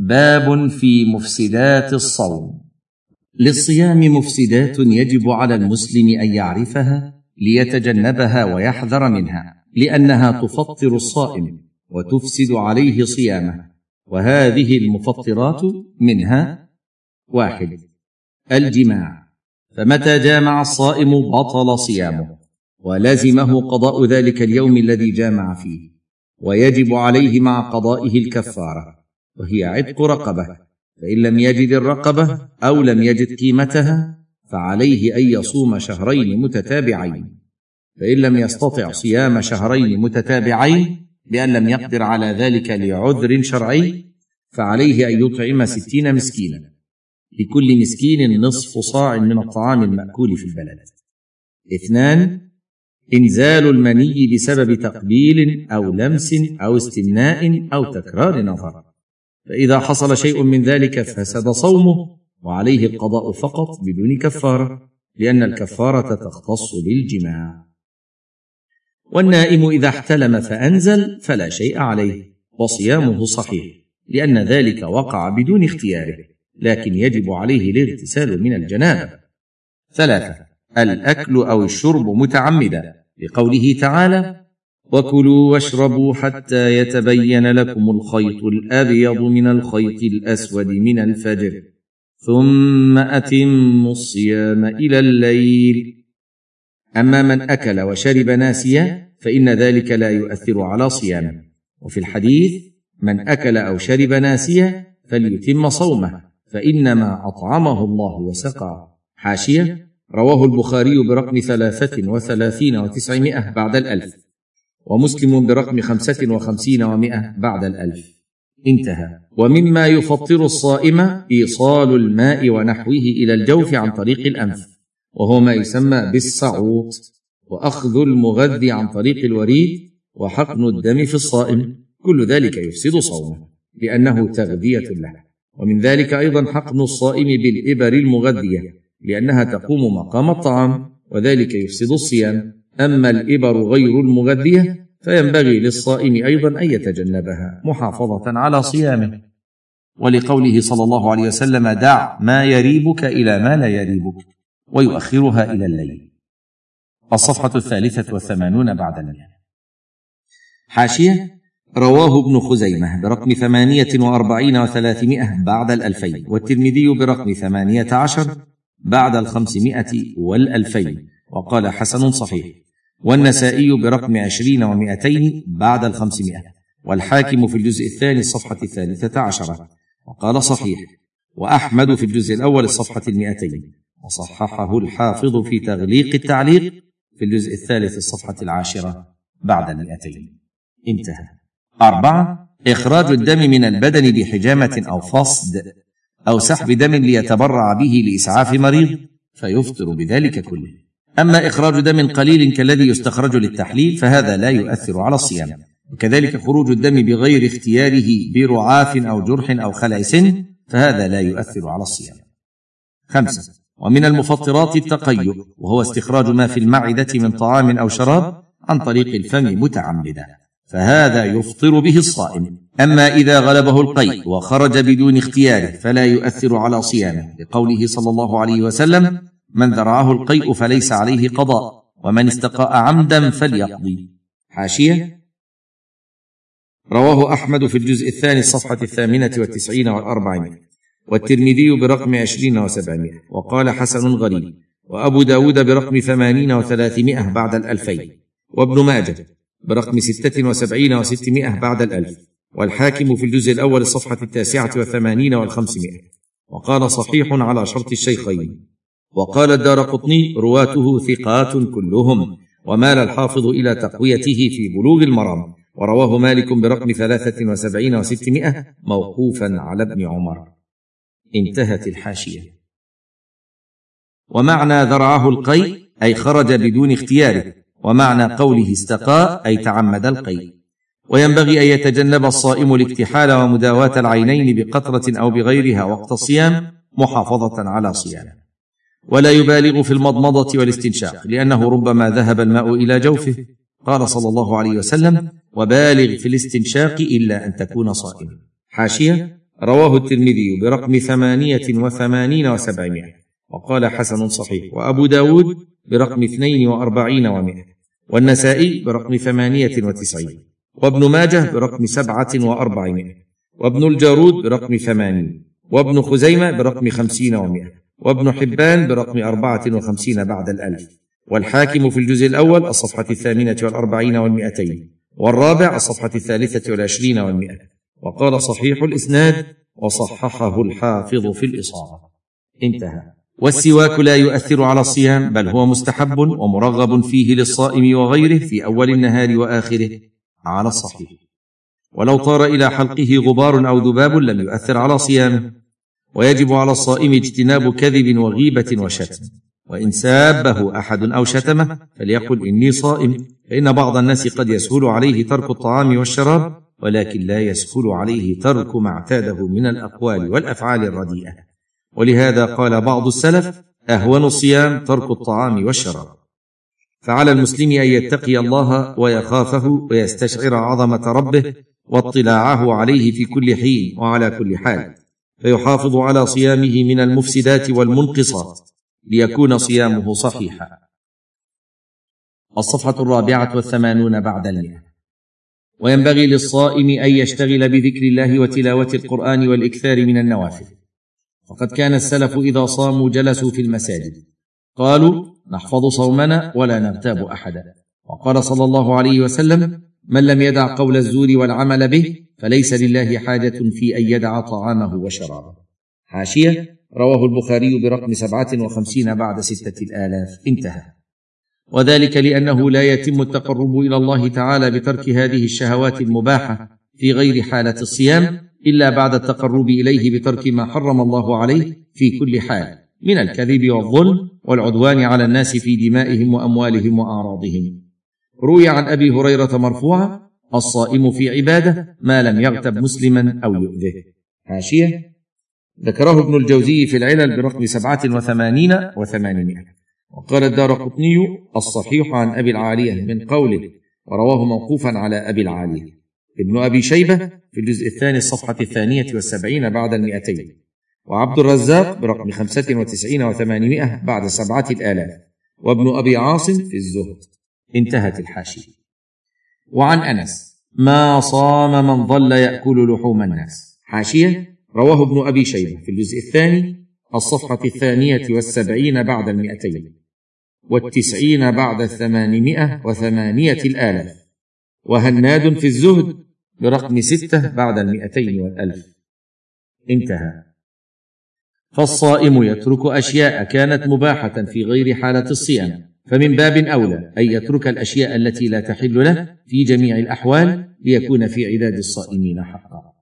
باب في مفسدات الصوم. للصيام مفسدات يجب على المسلم أن يعرفها ليتجنبها ويحذر منها، لأنها تفطر الصائم وتفسد عليه صيامه. وهذه المفطرات منها: 1. الجماع، فمتى جامع الصائم بطل صيامه ولزمه قضاء ذلك اليوم الذي جامع فيه، ويجب عليه مع قضائه الكفارة، وهي عتق رقبة، فإن لم يجد الرقبة أو لم يجد قيمتها فعليه أن يصوم شهرين متتابعين، فإن لم يستطع صيام شهرين متتابعين بأن لم يقدر على ذلك لعذر شرعي فعليه أن يطعم 60 مسكينا، لكل مسكين نصف صاع من الطعام المأكول في البلد. 2. إنزال المني بسبب تقبيل أو لمس أو استمناء أو تكرار نظر، فإذا حصل شيء من ذلك فسد صومه وعليه القضاء فقط بدون كفارة، لأن الكفارة تختص بالجماع. والنائم إذا احتلم فأنزل فلا شيء عليه وصيامه صحيح، لأن ذلك وقع بدون اختياره، لكن يجب عليه الاغتسال من الجنابة. 3. الأكل أو الشرب متعمدا، لقوله تعالى: وكلوا واشربوا حتى يتبين لكم الخيط الأبيض من الخيط الأسود من الفجر ثم أتموا الصيام إلى الليل. أما من أكل وشرب ناسيا فإن ذلك لا يؤثر على صيامه. وفي الحديث: من أكل أو شرب ناسيا فليتم صومه فإنما أطعمه الله وسقاه. حاشية: رواه البخاري برقم 33 و900 بعد 1000، ومسلم برقم 55 و100 بعد 1000. انتهى. ومما يفطر الصائم إيصال الماء ونحوه إلى الجوف عن طريق الأنف، وهو ما يسمى بالصعوط، وأخذ المغذي عن طريق الوريد، وحقن الدم في الصائم، كل ذلك يفسد صومه لأنه تغذية له. ومن ذلك أيضا حقن الصائم بالإبر المغذية، لأنها تقوم مقام الطعام، وذلك يفسد الصيام. أما الإبر غير المغذية فينبغي للصائم أيضا أن يتجنبها محافظة على صيامه، ولقوله صلى الله عليه وسلم: دع ما يريبك إلى ما لا يريبك، ويؤخرها إلى الليل. الصفحة 83 بعد 100. حاشية: رواه ابن خزيمة برقم 48 و300 بعد 2000، والترمذي برقم 18 بعد 500 و2000، وقال حسن صحيح، والنسائي برقم 20 و200 بعد 500، والحاكم في الجزء الثاني الصفحة 13 وقال صحيح، وأحمد في الجزء الأول الصفحة 200، وصححه الحافظ في تغليق التعليق في الجزء الثالث الصفحة 10 بعد 200. انتهى. 4. إخراج الدم من البدن بحجامة أو فصد أو سحب دم ليتبرع به لإسعاف مريض فيفطر بذلك كله. أما إخراج دم قليل كالذي يستخرج للتحليل فهذا لا يؤثر على الصيام، وكذلك خروج الدم بغير اختياره برعاف أو جرح أو خلع سن فهذا لا يؤثر على الصيام. 5. ومن المفطرات التقيؤ، وهو استخراج ما في المعدة من طعام أو شراب عن طريق الفم متعمدا، فهذا يفطر به الصائم. أما إذا غلبه القيء وخرج بدون اختياره فلا يؤثر على صيامه، لقوله صلى الله عليه وسلم: من ذرعه القيء فليس عليه قضاء، ومن استقاء عمدا فليقضي. حاشية: رواه أحمد في الجزء الثاني الصفحة 98 و400، والترمذي برقم 20 و700، وقال حسن غريب، وأبو داود برقم 80 و300 بعد 2000، وابن ماجه برقم 76 و600 بعد 1000، والحاكم في الجزء الأول الصفحة 89 و500، وقال صحيح على شرط الشيخين. وقال الدارقطني: رواته ثقات كلهم، ومال الحافظ إلى تقويته في بلوغ المرام، ورواه مالك برقم 73 و600 موقوفا على ابن عمر. انتهت الحاشية. ومعنى ذرعه القيء أي خرج بدون اختياره، ومعنى قوله استقاء أي تعمد القيء. وينبغي أن يتجنب الصائم الاكتحال ومداواة العينين بقطرة أو بغيرها وقت الصيام محافظة على صيامه، ولا يبالغ في المضمضة والاستنشاق، لأنه ربما ذهب الماء إلى جوفه. قال صلى الله عليه وسلم: وبالغ في الاستنشاق إلا أن تكون صائما. حاشية: رواه الترمذي برقم 88 و700 وقال حسن صحيح، وأبو داود برقم 42 و100، والنسائي برقم 98، وابن ماجه برقم 47، وابن الجارود برقم 80، وابن خزيمة برقم 50 و100، وابن حبان برقم 54 بعد 1000، والحاكم في الجزء الأول الصفحة 48 و200، والرابع الصفحة 23 و100، وقال صحيح الإسناد وصححه الحافظ في الإصابة. انتهى. والسواك لا يؤثر على الصيام، بل هو مستحب ومرغب فيه للصائم وغيره في أول النهار وآخره على الصحيح. ولو طار إلى حلقه غبار أو ذباب لم يؤثر على صيامه. ويجب على الصائم اجتناب كذب وغيبة وشتم، وإن سابه أحد أو شتمه فليقل إني صائم، فإن بعض الناس قد يسهل عليه ترك الطعام والشراب، ولكن لا يسهل عليه ترك ما اعتاده من الأقوال والأفعال الرديئة. ولهذا قال بعض السلف: أهون الصيام ترك الطعام والشراب. فعلى المسلم أن يتقي الله ويخافه ويستشعر عظمة ربه واطلاعه عليه في كل حين وعلى كل حال، فيحافظ على صيامه من المفسدات والمنقصات ليكون صيامه صحيحا. الصفحة 84 بعد 100. وينبغي للصائم أن يشتغل بذكر الله وتلاوة القرآن والإكثار من النوافل، فقد كان السلف إذا صاموا جلسوا في المساجد، قالوا: نحفظ صومنا ولا نغتاب أحدا. وقال صلى الله عليه وسلم: من لم يدع قول الزور والعمل به فليس لله حاجة في أن يدع طعامه وشرابه. حاشية: رواه البخاري برقم 57 بعد 6000. انتهى. وذلك لأنه لا يتم التقرب إلى الله تعالى بترك هذه الشهوات المباحة في غير حالة الصيام إلا بعد التقرب إليه بترك ما حرم الله عليه في كل حال من الكذب والظلم والعدوان على الناس في دمائهم وأموالهم وأعراضهم. روي عن أبي هريرة مرفوعا: الصائم في عبادة ما لم يغتب مسلما أو يؤذه. حاشية: ذكره ابن الجوزي في العلل برقم 87 و800. وقال الدارقطني: الصحيح عن أبي العالية من قوله، ورواه موقوفا على أبي العالية. ابن أبي شيبة في الجزء الثاني الصفحة 72 بعد 200، وعبد الرزاق برقم 95 و800 بعد 7000، وابن أبي عاصم في الزهد. انتهت الحاشية. وعن أنس: ما صام من ظل يأكل لحوم الناس. حاشية: رواه ابن أبي شيبة في الجزء الثاني الصفحة 72 بعد 200، 90 بعد 808 و800، وهناد في الزهد برقم 6 بعد 200 و1000. انتهى. فالصائم يترك أشياء كانت مباحة في غير حالة الصيام، فمن باب أولى أن يترك الأشياء التي لا تحل له في جميع الأحوال ليكون في عداد الصائمين حقا.